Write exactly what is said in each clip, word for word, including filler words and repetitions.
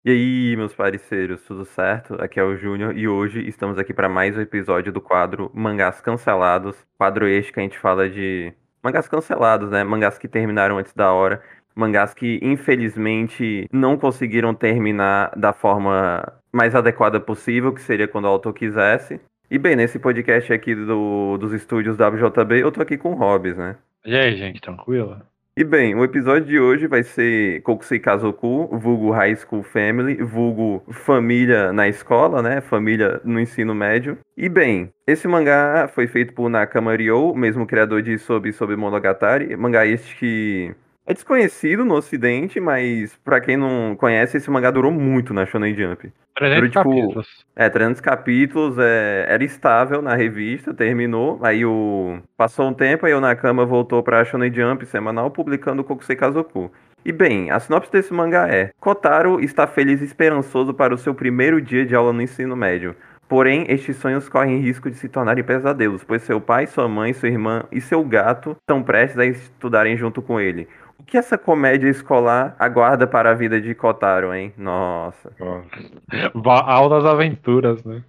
E aí, meus parceiros, tudo certo? Aqui é o Júnior e hoje estamos aqui para mais um episódio do quadro Mangás Cancelados. Quadro este que a gente fala de mangás cancelados, né? Mangás que terminaram antes da hora, mangás que infelizmente não conseguiram terminar da forma mais adequada possível, que seria quando o autor quisesse. E bem, nesse podcast aqui do, dos estúdios W J B, eu tô aqui com o Hobbs, né? E aí, gente, tranquilo? E bem, o episódio de hoje vai ser Kokusei Kazoku, vulgo High School Family, vulgo família na escola, né? Família no ensino médio. E bem, esse mangá foi feito por Nakama Ryo, mesmo criador de Sobi Sobi Monogatari. Mangá este que é desconhecido no ocidente, mas pra quem não conhece, esse mangá durou muito na Shonen Jump. Durou trezentos tipo, capítulos. é, trezentos capítulos, é, era estável na revista, terminou. Aí o passou um tempo, aí o Nakama voltou pra Shonen Jump semanal publicando Kokusei Kazoku. E bem, a sinopse desse mangá é: Kotaro está feliz e esperançoso para o seu primeiro dia de aula no ensino médio. Porém, estes sonhos correm risco de se tornarem pesadelos, pois seu pai, sua mãe, sua irmã e seu gato estão prestes a estudarem junto com ele. O que essa comédia escolar aguarda para a vida de Kotaro, hein? Nossa. Va- Altas aventuras, né?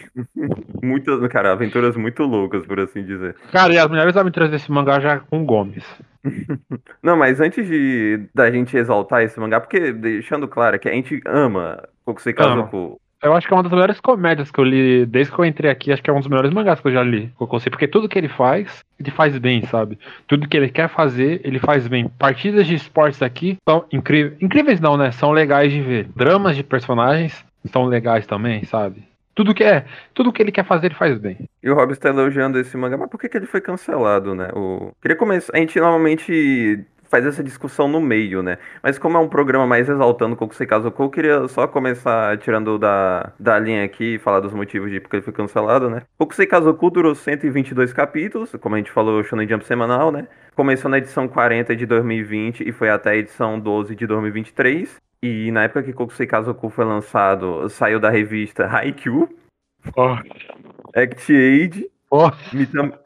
Muitas, cara, aventuras muito loucas, por assim dizer. Cara, e as melhores aventuras desse mangá já é com o Gomes. Não, mas antes de da gente exaltar esse mangá, porque deixando claro que a gente ama Kokusei Amo. Kazoku. Eu acho que é uma das melhores comédias que eu li desde que eu entrei aqui. Acho que é um dos melhores mangás que eu já li. Que eu consigo, porque tudo que ele faz, ele faz bem, sabe? Tudo que ele quer fazer, ele faz bem. Partidas de esportes aqui são incríveis. Incríveis não, né? São legais de ver. Dramas de personagens são legais também, sabe? Tudo que é, tudo que ele quer fazer, ele faz bem. E o Hobbs tá elogiando esse mangá, mas por que que ele foi cancelado, né? O... Queria começar. A gente normalmente faz essa discussão no meio, né? Mas como é um programa mais exaltando Kokusei Kazoku, eu queria só começar tirando da, da linha aqui e falar dos motivos de porque ele foi cancelado, né? Kokusei Kazoku durou cento e vinte e dois capítulos, como a gente falou, Shonen Jump semanal, né? Começou na edição quarenta de dois mil e vinte e foi até a edição doze de dois mil e vinte e três. E na época que Kokusei Kazoku foi lançado, saiu da revista Haikyuu, Oh, Act Age, oh. Mitama,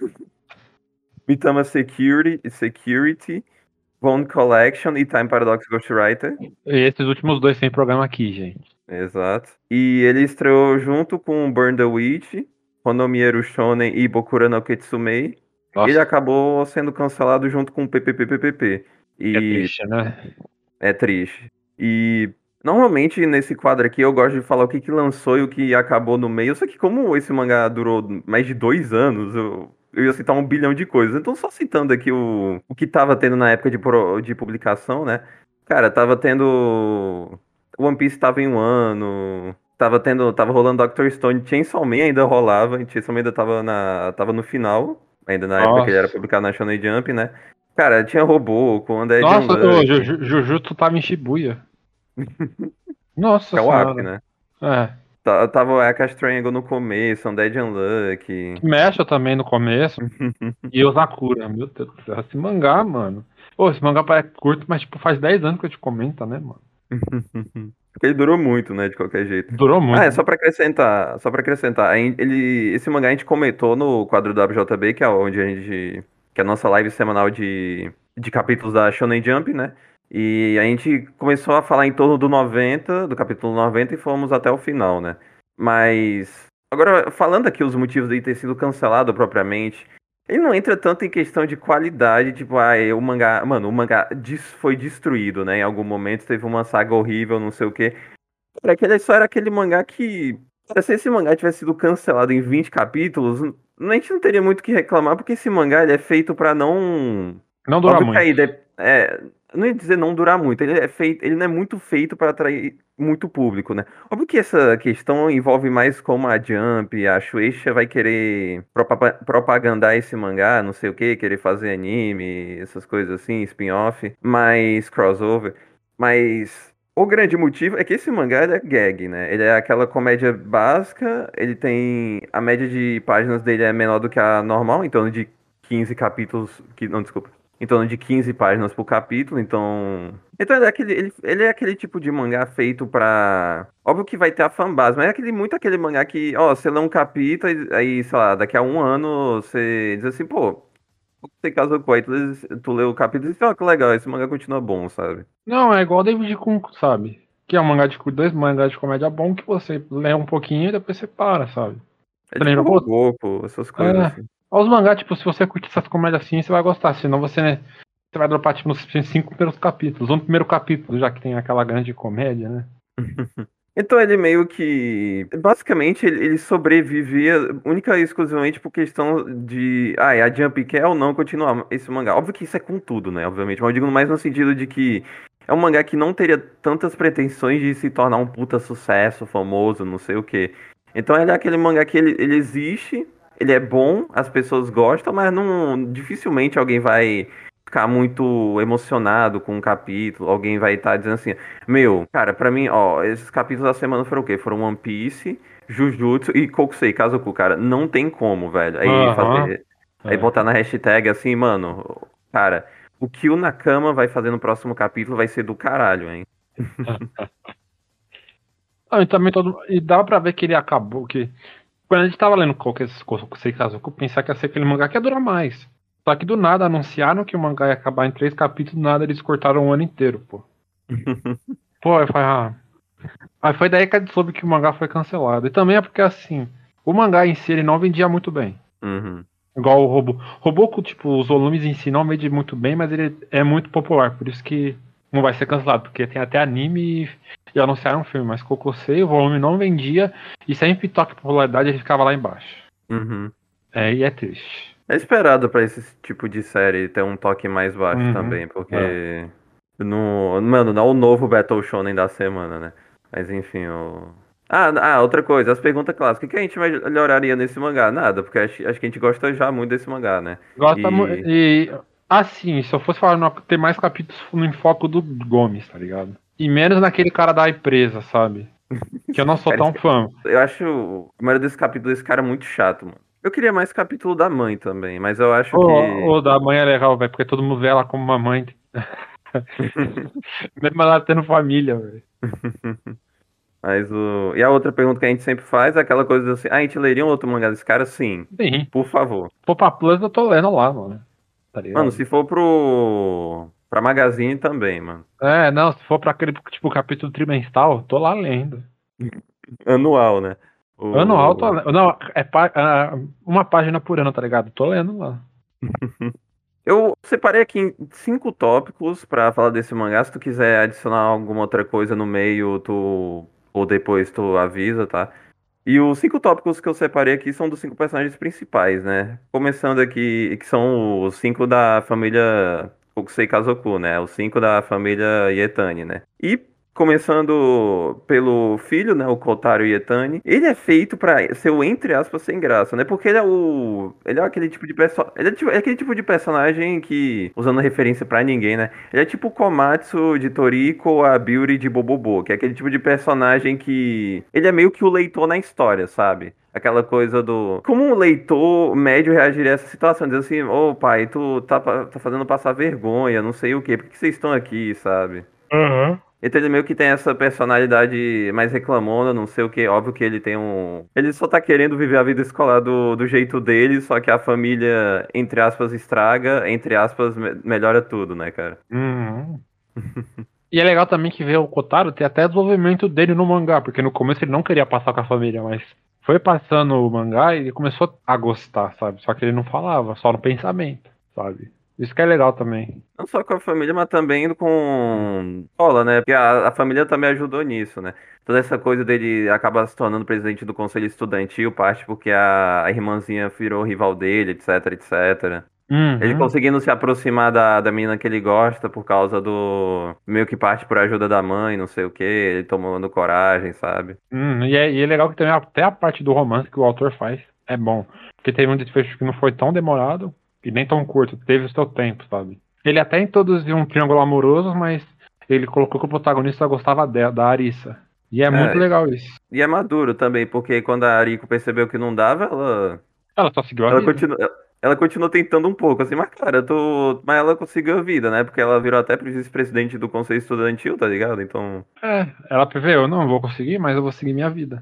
Mitama Security, Security, Bone Collection e Time Paradox Ghostwriter. E esses últimos dois sem programa aqui, gente. Exato. E ele estreou junto com Burn the Witch, Honomieru Shonen e Bokura no Ketsumei. Ele Nossa, acabou sendo cancelado junto com P P P P P P. que é E triste, né? é triste. E normalmente nesse quadro aqui eu gosto de falar o que que lançou e o que acabou no meio. Só que como esse mangá durou mais de dois anos, eu, eu ia citar um bilhão de coisas. Então só citando aqui o, o que tava tendo na época de, pro- de publicação, né? Cara, tava tendo... One Piece tava em um ano... Tava tendo, tava rolando Doctor Stone, Chainsaw Man ainda rolava, e Chainsaw Man ainda tava, na, tava no final, ainda na época que ele era Nossa. publicado na Shonen Jump, né? Cara, tinha Robô, com Undead Nossa, ô, Ju- Unluck, Ju- Jujutsu tá em Shibuya. Nossa que é o ápice, senhora. né? É. Tá- Tava o Akash Triangle no começo, Undead Unluck. Mecha também no começo. E o Sakura, meu Deus do céu. Esse mangá, mano. Pô, esse mangá parece curto, mas tipo, faz dez anos que eu te comento, né, mano? Porque ele durou muito, né, de qualquer jeito. Durou Ah, muito. é só pra acrescentar, só para acrescentar, a gen- ele, esse mangá a gente comentou no quadro do W J B, que é onde a gente, que é a nossa live semanal de, de capítulos da Shonen Jump, né? E a gente começou a falar em torno do noventa, do capítulo noventa e fomos até o final, né? Mas agora falando aqui os motivos de ter sido cancelado propriamente, ele não entra tanto em questão de qualidade, tipo, ah, é, o mangá, mano, o mangá des- foi destruído, né? Em algum momento teve uma saga horrível, não sei o quê. Cara, aquele só era aquele mangá que, cara, se esse mangá tivesse sido cancelado em vinte capítulos, n- a gente não teria muito o que reclamar, porque esse mangá ele é feito pra não. Não dura Óbvio que muito. aí de- é, eu não ia dizer não durar muito, ele é feito, ele não é muito feito pra atrair muito público, né? Óbvio que essa questão envolve mais como a Jump, a Shueisha vai querer propa- propagandar esse mangá, não sei o que, querer fazer anime, essas coisas assim, spin-off, mais crossover, mas o grande motivo é que esse mangá ele é gag, né? Ele é aquela comédia básica, ele tem a média de páginas dele é menor do que a normal, em torno de quinze capítulos, que não, desculpa em torno de quinze páginas por capítulo, então. Então ele é aquele, ele, ele é aquele tipo de mangá feito pra. Óbvio que vai ter a fanbase, mas é aquele, muito aquele mangá que, ó, você lê um capítulo, aí, aí, sei lá, daqui a um ano você diz assim, pô, você casou com aí, tu, lê- tu lê o capítulo e diz, ó, que legal, esse mangá continua bom, sabe? Não, é igual David Kunko, sabe? Que é um mangá de dois mangás de comédia bom que você lê um pouquinho e depois você para, sabe? É Você tipo lembra, pô, robô, pô, essas coisas é, assim. os mangás, tipo, se você curte essas comédias assim, você vai gostar, senão você, né, você vai dropar, tipo, nos cinco primeiros capítulos, ou no primeiro capítulo, já que tem aquela grande comédia, né? Então ele meio que. Basicamente, ele, ele sobrevivia única e exclusivamente por questão de. Ah, a Jump quer ou não continuar esse mangá. Óbvio que isso é com tudo, né? Obviamente. Mas eu digo mais no sentido de que é um mangá que não teria tantas pretensões de se tornar um puta sucesso, famoso, não sei o quê. Então ele é aquele mangá que ele, ele existe, ele é bom, as pessoas gostam, mas não. Dificilmente alguém vai ficar muito emocionado com um capítulo, alguém vai estar dizendo assim. Meu, cara, pra mim, ó, esses capítulos da semana foram o quê? Foram One Piece, Jujutsu e Kokusei Kazoku, cara. Não tem como, velho. Aí Aham. fazer. Aí É. botar na hashtag assim, mano, cara, o que o Nakama vai fazer no próximo capítulo vai ser do caralho, hein? Ah, e também todo. E dá pra ver que ele acabou, que. Quando a gente tava lendo Kokusei Kazoku, pensar que ia ser aquele mangá que ia durar mais. Só que do nada anunciaram que o mangá ia acabar em três capítulos, do nada eles cortaram o ano inteiro, pô. Pô, eu falei, ah. Aí foi daí que a gente soube que o mangá foi cancelado. E também é porque, assim, o mangá em si ele não vendia muito bem. Uhum. Igual o Robô. Robô, tipo, os volumes em si não vendem muito bem, mas ele é muito popular. Por isso que não vai ser cancelado. Porque tem até anime e, e anunciaram um filme. Mas Kokosei, o volume não vendia. E sempre toca popularidade, ele ficava lá embaixo. Uhum. É, e é triste. É esperado pra esse tipo de série ter um toque mais baixo Uhum. também, É. porque. No, mano, não é o novo Battle Shonen da semana, né? Mas enfim, o. Ah, ah, outra coisa, as perguntas clássicas. O que a gente melhoraria nesse mangá? Nada, porque acho, acho que a gente gosta já muito desse mangá, né? Gosta mu- E. e assim, se eu fosse falar no- ter mais capítulos no enfoque do Gomes, tá ligado? E menos naquele cara da empresa, sabe? Que eu não sou Cara, tão esse- fã. eu acho a maioria desses capítulos desse cara muito chato, mano. Eu queria mais capítulo da mãe também, mas eu acho que. O, o da mãe é legal, velho, porque todo mundo vê ela como uma mãe. Mesmo ela tendo família, velho. Mas o. E a outra pergunta que a gente sempre faz é aquela coisa assim: ah, a gente leria um outro mangá desse cara? Sim, Sim. por favor. Se for pra Plus, eu tô lendo lá, mano. Tá Mano, ligado? se for pro. Pra Magazine também, mano. É, não, se for pra aquele, tipo, capítulo trimestral, tô lá lendo. Anual, né? Anual, tô O... lendo. Não, é pá- ah, uma página por ano, tá ligado? Tô lendo lá. Eu separei aqui em cinco tópicos pra falar desse mangá. Se tu quiser adicionar alguma outra coisa no meio, tu. Ou depois tu avisa, tá? E os cinco tópicos que eu separei aqui são dos cinco personagens principais, né? Começando aqui, que são os cinco da família Kokusei Kazoku, né? Os cinco da família Ietani, né? E começando pelo filho, né? O Kotaro Ietani. Ele é feito pra ser o, entre aspas, sem graça, né? Porque ele é o... Ele é aquele tipo de perso... Ele é, tipo- é aquele tipo de personagem que, usando referência pra ninguém, né? Ele é tipo o Komatsu de Toriko ou a Beauty de Bobobo, que é aquele tipo de personagem que... Ele é meio que o leitor na história, sabe? Aquela coisa do... Como um leitor médio reagiria a essa situação? Diz assim, ô pai, tu tá, pa- tá fazendo passar vergonha, não sei o quê. Por que vocês estão aqui, sabe? Aham. Então ele meio que tem essa personalidade mais reclamona, não sei o quê. Óbvio que ele tem um. Ele só tá querendo viver a vida escolar do, do jeito dele, só que a família, entre aspas, estraga, entre aspas, me- melhora tudo, né, cara? Uhum. E é legal também que ver o Kotaro ter até desenvolvimento dele no mangá, porque no começo ele não queria passar com a família, mas foi passando o mangá e ele começou a gostar, sabe? Só que ele não falava, só no pensamento, sabe? Isso que é legal também. Não só com a família, mas também com escola, né? Porque a, a família também ajudou nisso, né? Toda essa coisa dele acabar se tornando presidente do conselho estudantil, parte porque a, a irmãzinha virou rival dele, etc, etcétera. Ele Uhum. conseguindo se aproximar da, da menina que ele gosta por causa do. Meio que parte por ajuda da mãe, não sei o quê. Ele tomando coragem, sabe? Hum, e, é, e é legal que também até a parte do romance que o autor faz é bom. Porque teve um desfecho que não foi tão demorado e nem tão curto, teve o seu tempo, sabe? Ele até introduziu um triângulo amoroso, mas ele colocou que o protagonista gostava dela, da Arissa. E é muito É, legal isso. e é maduro também, porque quando a Ariko percebeu que não dava, ela. Ela só seguiu a Ela vida. continua. Ela continuou tentando um pouco, assim, mas cara, eu tô. Mas ela conseguiu a vida, né? Porque ela virou até vice-presidente do conselho estudantil, tá ligado? Então. É, ela prevê, eu não vou conseguir, mas eu vou seguir minha vida.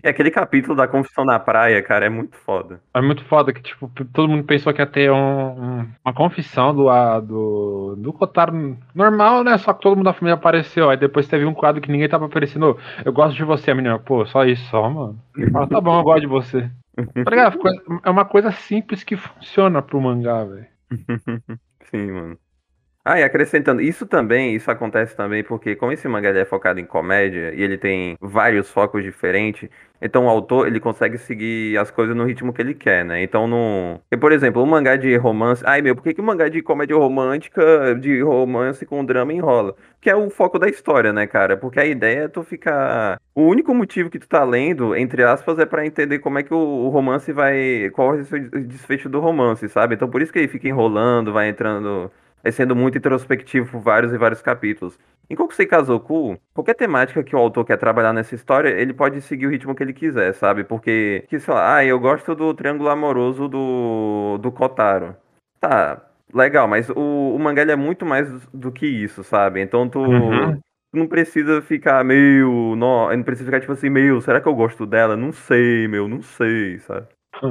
E aquele capítulo da confissão na praia, cara, é muito foda. É muito foda que, tipo, todo mundo pensou que ia ter um, um- uma confissão do, a- do, do Kotaro normal, né? Só que todo mundo da família apareceu. Aí depois teve um quadro que ninguém tava aparecendo. Eu gosto de você, a menina. Pô, só isso, só, mano. Ele fala, tá bom, eu gosto de você. Tá ligado? É uma coisa simples que funciona pro mangá, velho. Sim, mano. Ah, e acrescentando, isso também, isso acontece também porque como esse mangá ele é focado em comédia e ele tem vários focos diferentes, então o autor ele consegue seguir as coisas no ritmo que ele quer, né? Então não, porque, por exemplo, um mangá de romance, ai meu, por que que um mangá de comédia romântica, de romance com drama enrola? Que é o foco da história, né, cara? Porque a ideia é tu ficar, o único motivo que tu tá lendo, entre aspas, é pra entender como é que o o romance vai, qual vai ser o desfecho do romance, sabe? Então por isso que ele fica enrolando, vai entrando é sendo muito introspectivo por vários e vários capítulos. Em Kokusei Kazoku, qualquer temática que o autor quer trabalhar nessa história, ele pode seguir o ritmo que ele quiser, sabe? Porque, que, sei lá, ah, eu gosto do triângulo amoroso do, do Kotaro. Tá, legal, mas o, o mangá ele é muito mais do que isso, sabe? Então tu, Uhum. tu não precisa ficar meio. Não, não precisa ficar tipo assim, meu, será que eu gosto dela? Não sei, meu, não sei, sabe?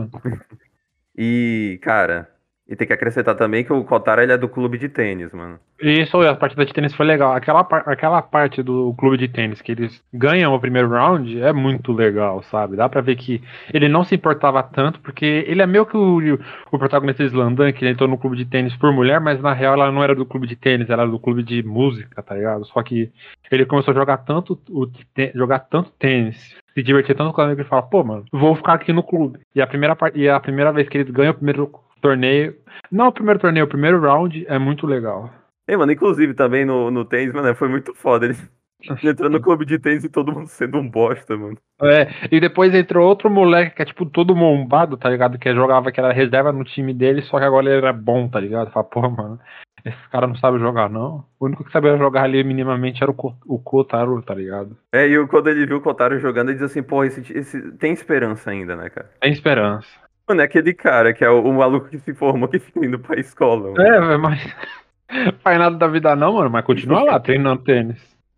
E, cara, e tem que acrescentar também que o Kotaro ele é do clube de tênis, mano. Isso, a partida de tênis foi legal. Aquela, par- aquela parte do clube de tênis que eles ganham o primeiro round é muito legal, sabe? Dá pra ver que ele não se importava tanto, porque ele é meio que o, o protagonista de Slandan, que ele entrou no clube de tênis por mulher, mas na real ela não era do clube de tênis, ela era do clube de música, tá ligado? Só que ele começou a jogar tanto, o, tê- jogar tanto tênis, se divertir tanto com a amiga, que ele fala, pô, mano, vou ficar aqui no clube. E a primeira, par- e a primeira vez que ele ganha o primeiro torneio, não o primeiro torneio, o primeiro round é muito legal. E, mano, inclusive também no, no tênis, mano, foi muito foda. Ele entrando no clube de tênis e todo mundo sendo um bosta, mano. É, e depois entrou outro moleque que é tipo todo mombado, tá ligado? Que jogava, que era reserva no time dele, só que agora ele era bom, tá ligado? Fala, pô, mano, esse cara não sabe jogar, não. O único que sabia jogar ali minimamente era o, Ko- o Kotaro, tá ligado? É, e o- quando ele viu o Kotaro jogando, ele diz assim, pô, esse, ti- esse tem esperança ainda, né, cara? Tem esperança. Mano, é aquele cara que é o, o maluco que se formou que fica indo pra escola, mano. É, mas faz nada da vida não, mano, mas continua lá treinando tênis.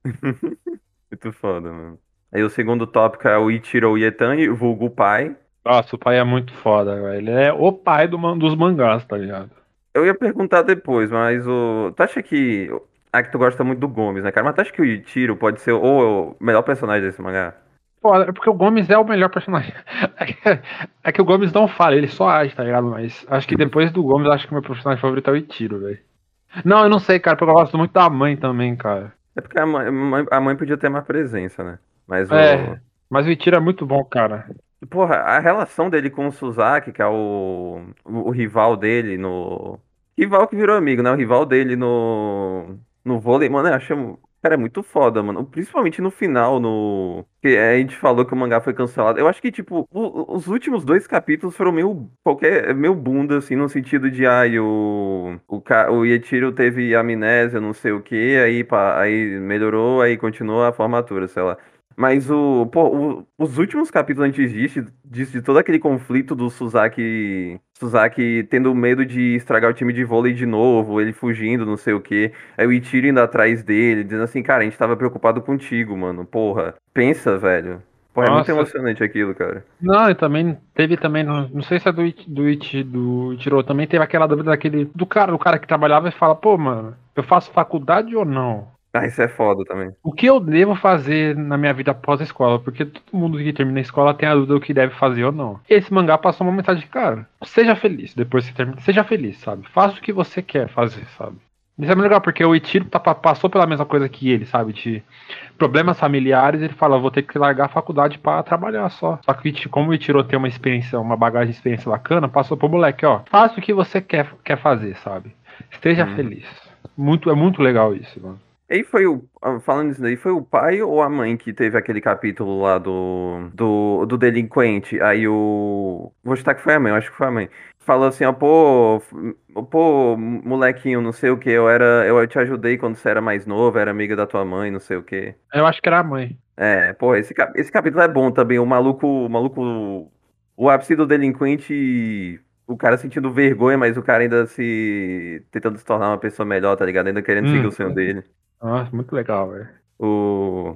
Muito foda, mano. Aí o segundo tópico é o Ichiro Yetani, vulgo pai. Nossa, o pai é muito foda, velho. Ele é o pai do, man- dos mangás, tá ligado? Eu ia perguntar depois, mas o. Tu acha que. Ah, que tu gosta muito do Gomes, né, cara? Mas tu acha que o Ichiro pode ser o o melhor personagem desse mangá? Pô, é porque o Gomes é o melhor personagem. É que, é que o Gomes não fala, ele só age, tá ligado? Mas acho que depois do Gomes, acho que o meu personagem favorito é o Itiro, velho. Não, eu não sei, cara, porque eu gosto muito da mãe também, cara. É porque a mãe, mãe- a mãe podia ter mais presença, né? Mas o. É, mas o Itiro é muito bom, cara. Porra, a relação dele com o Suzaki, que é o, o, o rival dele no. Rival que virou amigo, né? O rival dele no. No vôlei, mano, eu acho. Cara, é muito foda, mano. Principalmente no final, no. Que a gente falou que o mangá foi cancelado. Eu acho que, tipo, o- os últimos dois capítulos foram meio. Qualquer. Meio bunda, assim, no sentido de, ai, o. O, Ka- o Iechiro teve amnésia, não sei o quê, aí, pá, aí melhorou, aí continuou a formatura, sei lá. Mas o, pô, o- os últimos capítulos antes disso, disso, de todo aquele conflito do Suzaki, Suzaki tendo medo de estragar o time de vôlei de novo, ele fugindo, não sei o quê. Aí o Ichiro indo atrás dele, dizendo assim, cara, a gente tava preocupado contigo, mano. Porra, pensa, velho. Pô, é muito Nossa. emocionante aquilo, cara. Não, e também teve também, não, não sei se é do, It- do, It- do Ichiro, também teve aquela dúvida daquele, do cara, do cara que trabalhava e fala, pô, mano, eu faço faculdade ou não? Ah, isso é foda também. O que eu devo fazer na minha vida após a escola? Porque todo mundo que termina a escola tem a dúvida do que deve fazer ou não. Esse mangá passou uma mensagem, cara, seja feliz depois que você termina. Seja feliz, sabe? Faça o que você quer fazer, sabe? Isso é muito legal, porque o Ichiro tá- passou pela mesma coisa que ele, sabe? De problemas familiares, ele fala, vou ter que largar a faculdade pra trabalhar só. Só que o Ichiro- como o Ichiro tem uma experiência, uma bagagem de experiência bacana, passou pro moleque, ó. Faça o que você quer, quer fazer, sabe? Esteja Uhum. feliz. Muito, é muito legal isso, mano. E aí foi o. ah, falando isso daí, foi o pai ou a mãe que teve aquele capítulo lá do. Do, do delinquente? Aí o. Vou chutar que foi a mãe, eu acho que foi a mãe. Falou assim, ó, pô, f- pô, molequinho, não sei o que, eu era. Eu te ajudei quando você era mais novo, era amiga da tua mãe, não sei o que. Eu acho que era a mãe. É, pô, esse, cap- esse capítulo é bom também. O maluco. O maluco. O ápice do delinquente. O cara sentindo vergonha, mas o cara ainda se. Tentando se tornar uma pessoa melhor, tá ligado? Ainda querendo seguir Hum, o sonho dele. nossa, muito legal, velho. O...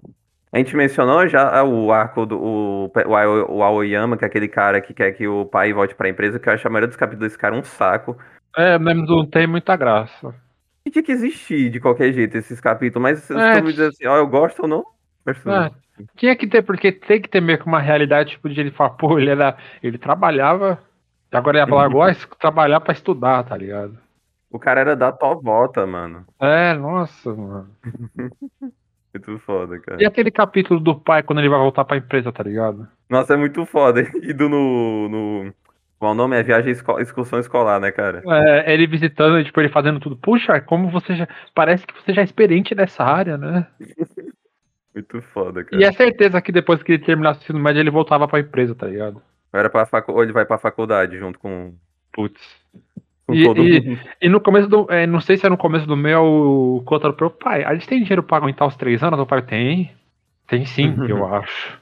A gente mencionou já o arco do o, o, Ao- o Aoyama, que é aquele cara que quer que o pai volte pra empresa, que eu acho a maioria dos capítulos desse cara um saco. É, mas não tem muita graça. E tinha que existir de qualquer jeito esses capítulos, mas se se tu É, me dizer assim, ó, eu gosto ou não, gosto não. é, tinha que ter, porque tem que ter meio que uma realidade, tipo, de ele falar, pô, ele era. Ele trabalhava, agora ele largou a es- trabalhar pra estudar, tá ligado? O cara era da tua volta, mano. É, nossa, mano. Muito foda, E cara. aquele capítulo do pai quando ele vai voltar pra empresa, tá ligado? Nossa, é muito foda. Ido no, no... Qual é o nome? É viagem esco... excursão escolar, né, cara? É, ele visitando, tipo, ele fazendo tudo. Puxa, como você já. Parece que você já é experiente nessa área, né? Muito foda, E é cara. certeza que depois que ele terminasse o ensino médio, ele voltava pra empresa, tá ligado? Era pra facu... Ou ele vai pra faculdade junto com, Putz. com E, todo e, mundo. e no começo do. É, não sei se é no começo do meu, o Kotaro pro pai. A gente tem dinheiro pra aguentar os três anos? O pai tem. Tem sim, eu acho.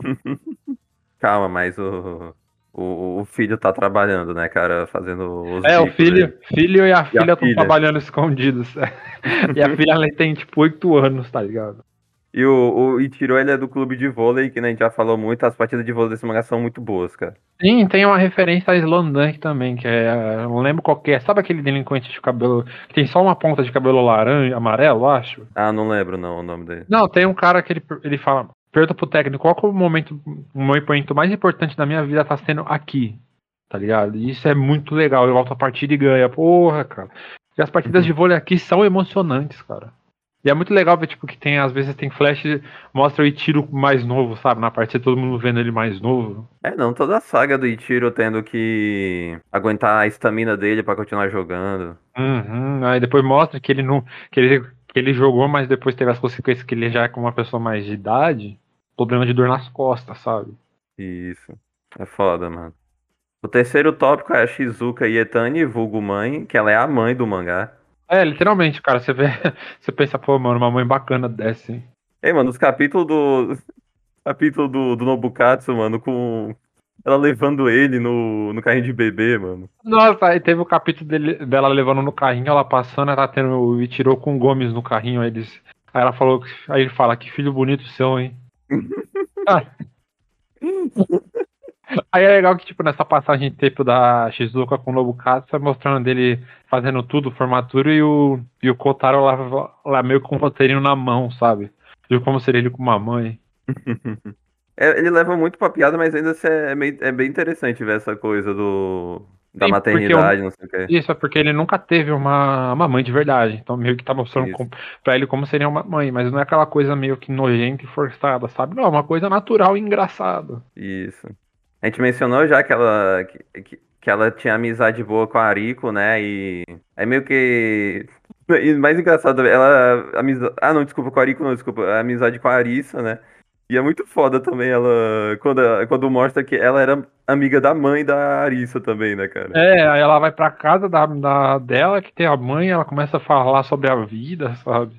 Calma, mas o... o, o filho tá trabalhando, né, cara? Fazendo os É, o bicos filho, dele. filho e a E a filha estão filha? trabalhando escondidos. E a filha ela tem tipo oito anos, tá ligado? E o, o Ichiro, ele é do clube de vôlei, que né, a gente já falou muito. As partidas de vôlei desse mangá são muito boas, cara. Sim, tem uma referência a Slandank também, que é. Eu não lembro qual que é. Sabe aquele delinquente de cabelo. Que tem só uma ponta de cabelo laranja, amarelo, acho? Ah, não lembro não o nome dele. Não, tem um cara que ele, ele fala. Pergunta pro técnico qual que é o momento, o momento mais importante da minha vida tá sendo aqui, tá ligado? E isso é muito legal. Eu volto a partida e ganha. Porra, cara. E as partidas de vôlei aqui são emocionantes, cara. E é muito legal ver, tipo, que tem, às vezes tem flash, mostra o Itiro mais novo, sabe? Na partida, todo mundo vendo ele mais novo. É, não, toda a saga do Ichiro tendo que aguentar a estamina dele pra continuar jogando. Uhum. Aí depois mostra que ele não. Que ele, que ele jogou, mas depois teve as consequências que ele já é com uma pessoa mais de idade. Problema de dor nas costas, sabe? Isso. É foda, mano. O terceiro tópico é a Shizuka Ietani, vulgo mãe, que ela é a mãe do mangá. É, literalmente, cara, você vê. Você pensa, pô, mano, uma mãe bacana dessa, hein? Ei, mano, os capítulos do. Capítulo do, do Nobukatsu, mano, com ela levando ele no, no carrinho de bebê, mano. Nossa, aí teve o capítulo dele, dela levando no carrinho, ela passando, ela tendo o Ichiro com o Gomes no carrinho, aí eles. Aí ela falou, aí ele fala, que filho bonito seu, hein? Ah, aí é legal que, tipo, nessa passagem de tempo da Shizuka com o Nobukatsu, tá mostrando dele fazendo tudo, formatura, e o, e o Kotaro lá, lá meio com o roteirinho na mão, sabe? Viu como seria ele com uma mãe. É, ele leva muito pra piada, mas ainda assim é, meio, é bem interessante ver essa coisa do da Sim, porque eu, maternidade, não sei o quê. isso é porque ele nunca teve uma, uma mãe de verdade. Então meio que tá mostrando Isso, com, pra ele como seria uma mãe, mas não é aquela coisa meio que nojenta e forçada, sabe? Não, é uma coisa natural e engraçada. isso. A gente mencionou já que ela, que, que que ela tinha amizade boa com a Ariko, né? E é meio que. E mais engraçado, ela. Amizade... Ah, não, desculpa, com a Ariko, não, desculpa. A amizade com a Arissa, né? E é muito foda também ela. Quando, quando mostra que ela era amiga da mãe da Arissa também, né, cara? É, aí ela vai pra casa da, da, dela, que tem a mãe, ela começa a falar sobre a vida, sabe?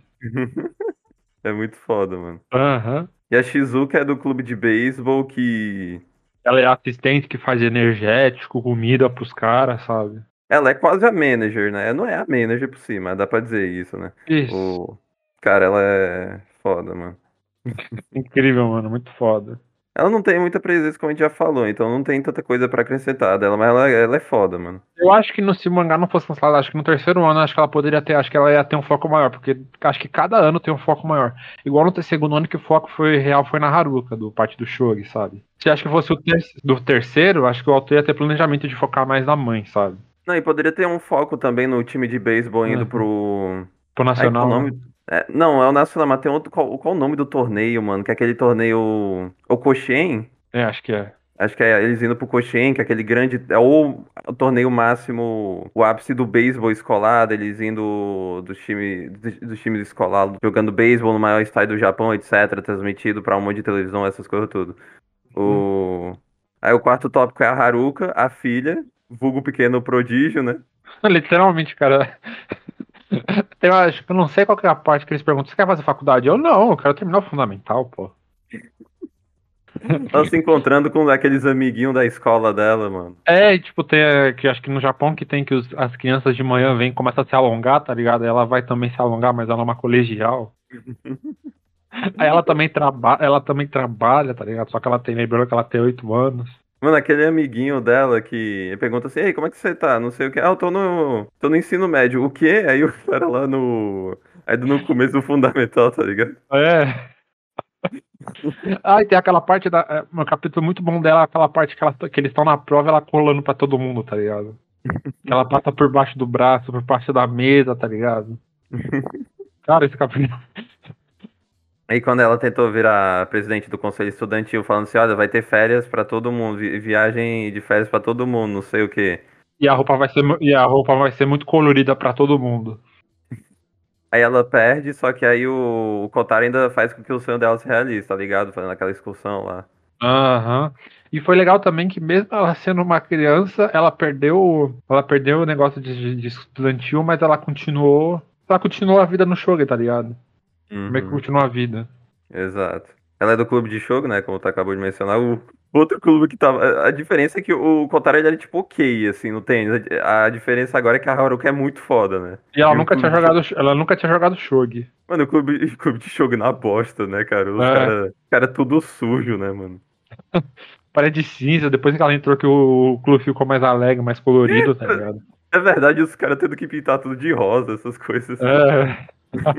É muito foda, mano. Aham. E a Shizuka é do clube de beisebol que. Ela é a assistente que faz energético, comida pros caras, sabe? Ela é quase a manager, né? Não é a manager por cima, dá pra dizer isso, né? Isso. O... Cara, ela é foda, mano. Incrível, mano, muito foda. Ela não tem muita presença, como a gente já falou, então não tem tanta coisa pra acrescentar dela, mas ela, ela é foda, mano. Eu acho que no, se o mangá não fosse lançado, acho que no terceiro ano, acho que ela poderia ter, acho que ela ia ter um foco maior, porque acho que cada ano tem um foco maior. Igual no ter- segundo ano que o foco foi real foi na Haruka, do parte do Shogi, sabe? Se acho que fosse o ter, do terceiro, acho que o autor ia ter planejamento de focar mais na mãe, sabe? Não, e poderia ter um foco também no time de beisebol indo Uhum. pro. Pro Ai, qual o Nacional, né? nome? É, não, é o Nacional, mas tem outro. Qual, qual o nome do torneio, mano? Que é aquele torneio. O Koshien? É, acho que é. Acho que é eles indo pro Koshien, que é aquele grande. É o, o torneio máximo, o ápice do beisebol escolar, eles indo dos time, dos, dos times escolar jogando beisebol no maior estádio do Japão, etc. Transmitido pra um monte de televisão, essas coisas tudo. Hum. O... Aí o quarto tópico é a Haruka, a filha, vulgo pequeno prodígio, né? Literalmente, cara. Tem, uma- acho que eu não sei qual que é a parte que eles perguntam: você quer fazer faculdade? Eu não, eu quero terminar o fundamental, pô. Ela se encontrando com aqueles amiguinhos da escola dela, mano. É, e, tipo, tem é, que acho que no Japão que tem que os- as crianças de manhã vêm e começam a se alongar, tá ligado? Ela vai também se alongar, mas ela é uma colegial. Aí ela também, traba ela também trabalha, tá ligado? Só que ela tem, lembrando que ela tem oito anos. Mano, aquele amiguinho dela que pergunta assim, ei, como é que você tá? Não sei o que. Ah, eu tô no, tô no ensino médio. O quê? Aí o cara lá no. Aí no começo do fundamental, tá ligado? É. Ah, e tem aquela parte da. É, um capítulo muito bom dela, aquela parte que, ela, que eles estão na prova, ela colando pra todo mundo, tá ligado? Que ela passa por baixo do braço, por baixo da mesa, tá ligado? Cara, esse capítulo. Aí quando ela tentou virar presidente do conselho estudantil, falando assim, olha, vai ter férias pra todo mundo, vi- viagem de férias pra todo mundo, não sei o quê. E a roupa vai ser, mu- e a roupa vai ser muito colorida pra todo mundo. Aí ela perde, só que aí o, o Kotaro ainda faz com que o sonho dela se realize, tá ligado? Fazendo aquela excursão lá. Aham. E foi legal também que mesmo ela sendo uma criança, ela perdeu, ela perdeu o negócio de, de estudantil, mas ela continuou, ela continuou a vida no show, tá ligado? Como é que Uhum, continua a vida? exato. Ela é do clube de Shogo, né? Como tu acabou de mencionar. O outro clube que tava. A diferença é que o Kotaro ele era tipo ok, assim, no tênis. A a diferença agora é que a Haruka é muito foda, né? E ela E o nunca tinha clube de Shogo. jogado, ela nunca tinha jogado shogi. Mano, o clube, o clube de Shogo na bosta, né, cara? Os É, cara, cara tudo sujo, né, mano? parede cinza, depois que ela entrou que o clube ficou mais alegre, mais colorido, tá ligado? É verdade, os caras tendo que pintar tudo de rosa, essas coisas. É.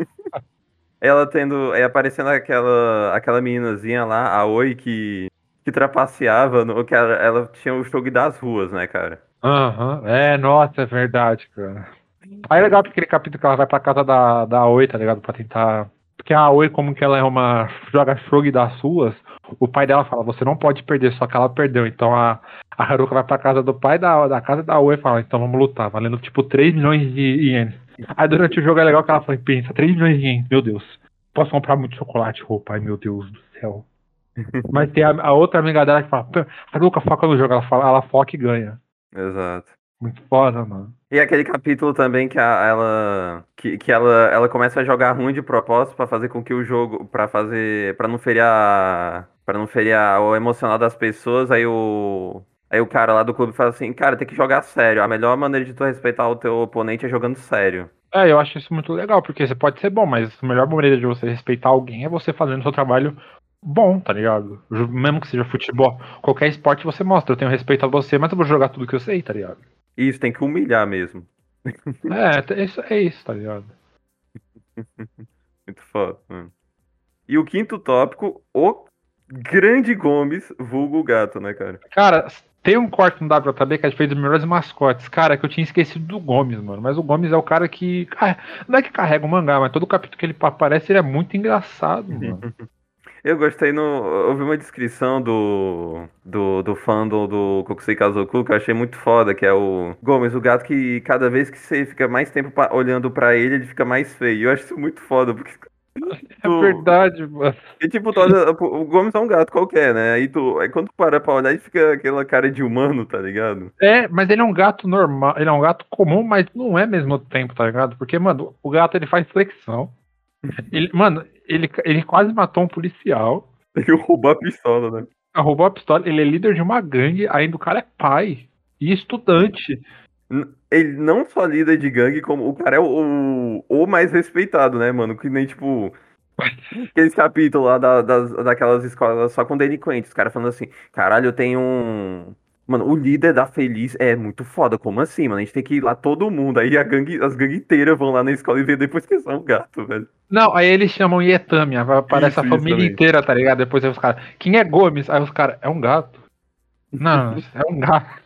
Ela tendo. Aí aparecendo aquela, aquela meninazinha lá, a Oi, que, que trapaceava, no, que ela, ela tinha o jogo das ruas, né, cara? Aham. É, nossa, é verdade, cara. Aí é legal porque aquele capítulo que ela vai pra casa da, da Aoi, tá ligado? Pra tentar. Porque a Aoi, como que ela é uma. Joga shogi das suas, o pai dela fala, você não pode perder, só que ela perdeu. Então a, a Haruka vai pra casa do pai da, da casa da Aoi e fala, então vamos lutar, valendo tipo três milhões de ienes. Aí durante o jogo é legal que ela fala, pensa, três milhões de ienes, meu Deus. Posso comprar muito chocolate, roupa, ai meu Deus do céu. Mas tem a, a outra amiga dela que fala, "Pô, Haruka foca no jogo, ela, fala, ela foca e ganha. Exato. Muito foda, mano. E aquele capítulo também que a- ela que, que ela, ela começa a jogar ruim de propósito pra fazer com que o jogo pra fazer para não feriar para não feriar o emocional das pessoas, aí o aí o cara lá do clube fala assim, cara, tem que jogar sério. A melhor maneira de tu respeitar o teu oponente é jogando sério. É, eu acho isso muito legal, porque você pode ser bom, mas a melhor maneira de você respeitar alguém é você fazendo seu trabalho bom, tá ligado? Ju- Mesmo que seja futebol, qualquer esporte você mostra, eu tenho respeito a você, mas eu vou jogar tudo que eu sei, tá ligado? E isso tem que humilhar mesmo. É, é isso, é isso, tá ligado? Muito foda, mano. E o quinto tópico, o Grande Gomes, vulgo gato, né, cara? Cara, tem um corte no W J B que a gente fez dos melhores mascotes, cara, que eu tinha esquecido do Gomes, mano, mas o Gomes é o cara que, ah, não é que carrega o mangá, mas todo capítulo que ele aparece ele é muito engraçado, mano. Eu gostei no. Eu vi uma descrição do. Do, do fandom do Kokusei Kazoku que eu achei muito foda, que é o Gomes, o gato que cada vez que você fica mais tempo pa- olhando pra ele, ele fica mais feio. Eu acho isso muito foda, porque É tu. verdade, mano. E tipo, tu olha, o Gomes é um gato qualquer, né? Aí tu. Aí quando tu para pra olhar, ele fica aquela cara de humano, tá ligado? É, mas ele é um gato normal, ele é um gato comum, mas não é ao mesmo tempo, tá ligado? Porque, mano, o gato ele faz flexão. Ele, mano, ele, ele quase matou um policial, Ele roubou a pistola, né? roubou a pistola, ele é líder de uma gangue, ainda o cara é pai e estudante. N- Ele não só lida de gangue, como o cara é o, o, o mais respeitado, né, mano? Que nem, tipo, aqueles capítulos lá da- das, daquelas escolas só com delinquentes. Os caras falando assim, caralho, eu tenho um. Mano, o líder da Feliz é muito foda. Como assim, mano? A gente tem que ir lá todo mundo. Aí a gangue, as gangues inteiras vão lá na escola e ver depois que são um gato, velho. Não, aí eles chamam Ietami, aí aparece a Isso, isso família também. inteira, tá ligado? Depois aí os caras, quem é Gomes? Aí os caras, é um gato. Não, é um gato.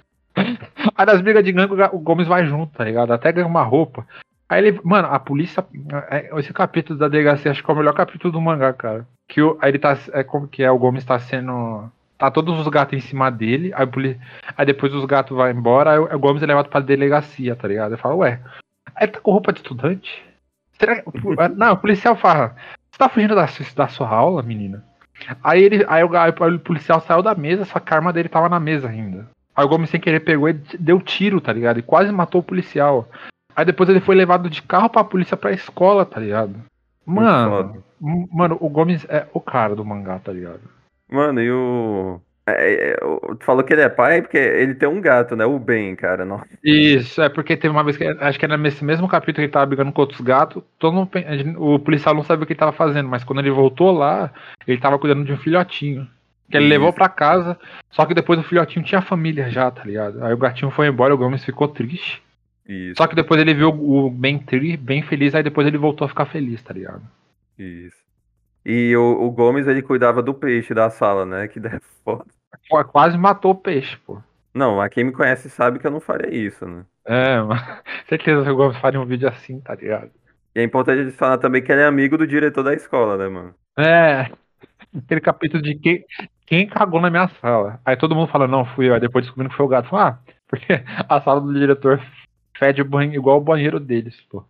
Aí nas brigas de gangue o Ga- o Gomes vai junto, tá ligado? Até ganha uma roupa. Aí ele, mano, a polícia. é- Esse capítulo da delegacia acho que é o melhor capítulo do mangá, cara. Que o, aí ele tá. É como que é? O Gomes tá sendo. Tá todos os gatos em cima dele. Aí, a poli- aí depois os gatos vão embora. Aí o, o Gomes é levado pra delegacia, tá ligado? Eu falo, ué. Aí ele tá com roupa de estudante? Será que. o- Não, o policial fala. Você tá fugindo da, su- da sua aula, menina? Aí ele. Aí o, aí o policial saiu da mesa, só que a arma dele tava na mesa ainda. Aí o Gomes sem querer pegou e deu tiro, tá ligado? E quase matou o policial. Aí depois ele foi levado de carro pra polícia pra escola, tá ligado? Muito Mano, foda. m- mano, o Gomes é o cara do mangá, tá ligado? Mano, e o. É, é, o- tu falou que ele é pai porque ele tem um gato, né? O Ben, cara. Não. Isso, é porque teve uma vez que acho que era nesse mesmo capítulo que ele tava brigando com outros gatos, todo mundo, pen- a gente- o policial não sabia o que ele tava fazendo, mas quando ele voltou lá, ele tava cuidando de um filhotinho. Que ele levou Isso, pra casa, só que depois o filhotinho tinha família já, tá ligado? Aí o gatinho foi embora, o Gomes ficou triste. Só isso, que depois ele viu o Ben tri, bem feliz, aí depois ele voltou a ficar feliz, tá ligado? isso. E o, o Gomes, ele cuidava do peixe da sala, né? Que deve foda. Qu- Quase matou o peixe, pô. Não, mas quem me conhece sabe que eu não faria isso, né? É, mano. Certeza que o Gomes faria um vídeo assim, tá ligado? E é importante adicionar também que ele é amigo do diretor da escola, né, mano? É, aquele capítulo de quem, quem cagou na minha sala. Aí todo mundo fala, não, fui eu. Aí depois descobrindo que foi o gato. Fala, ah, porque a sala do diretor fede o banho, igual o banheiro deles, pô.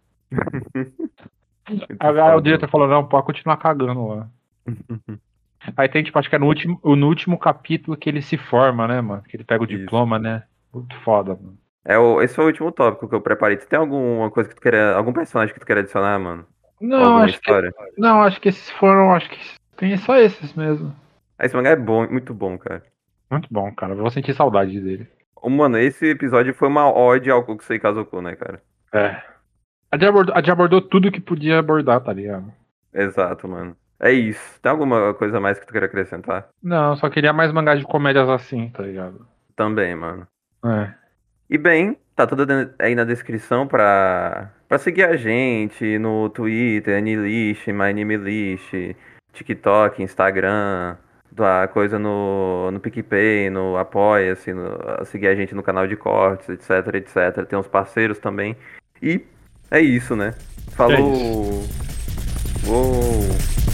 Muito Aí, aí o foda, diretor mano. falou, não, pode continuar cagando lá. Aí tem, tipo, acho que é no último, no último capítulo que ele se forma, né, mano? Que ele pega o Isso. diploma, né? Muito foda, mano. É o, esse foi o último tópico que eu preparei. Tu tem alguma coisa que tu queira, algum personagem que tu queira adicionar, mano? Ou Não, alguma acho que. história? Não, acho que esses foram. Acho que tem só esses mesmo. Esse mangá é bom, muito bom, cara. Muito bom, cara. Vou sentir saudade dele. Ô, mano, esse episódio foi uma ode ao Kokusei Kazoku, né, cara? É. A Jay abordou, a Jay abordou tudo que podia abordar, tá ligado? Exato, mano. É isso. Tem alguma coisa mais que tu queira acrescentar? Não, só queria mais mangás de comédias assim, tá ligado? Também, mano. É. E bem, tá tudo de- aí na descrição pra, pra seguir a gente no Twitter, Anilist, MyAnimeList, TikTok, Instagram, da coisa no, no PicPay, no Apoia-se, no- a seguir a gente no canal de cortes, etc, etcétera. Tem uns parceiros também. E é isso, né? É isso. Falou! Uou!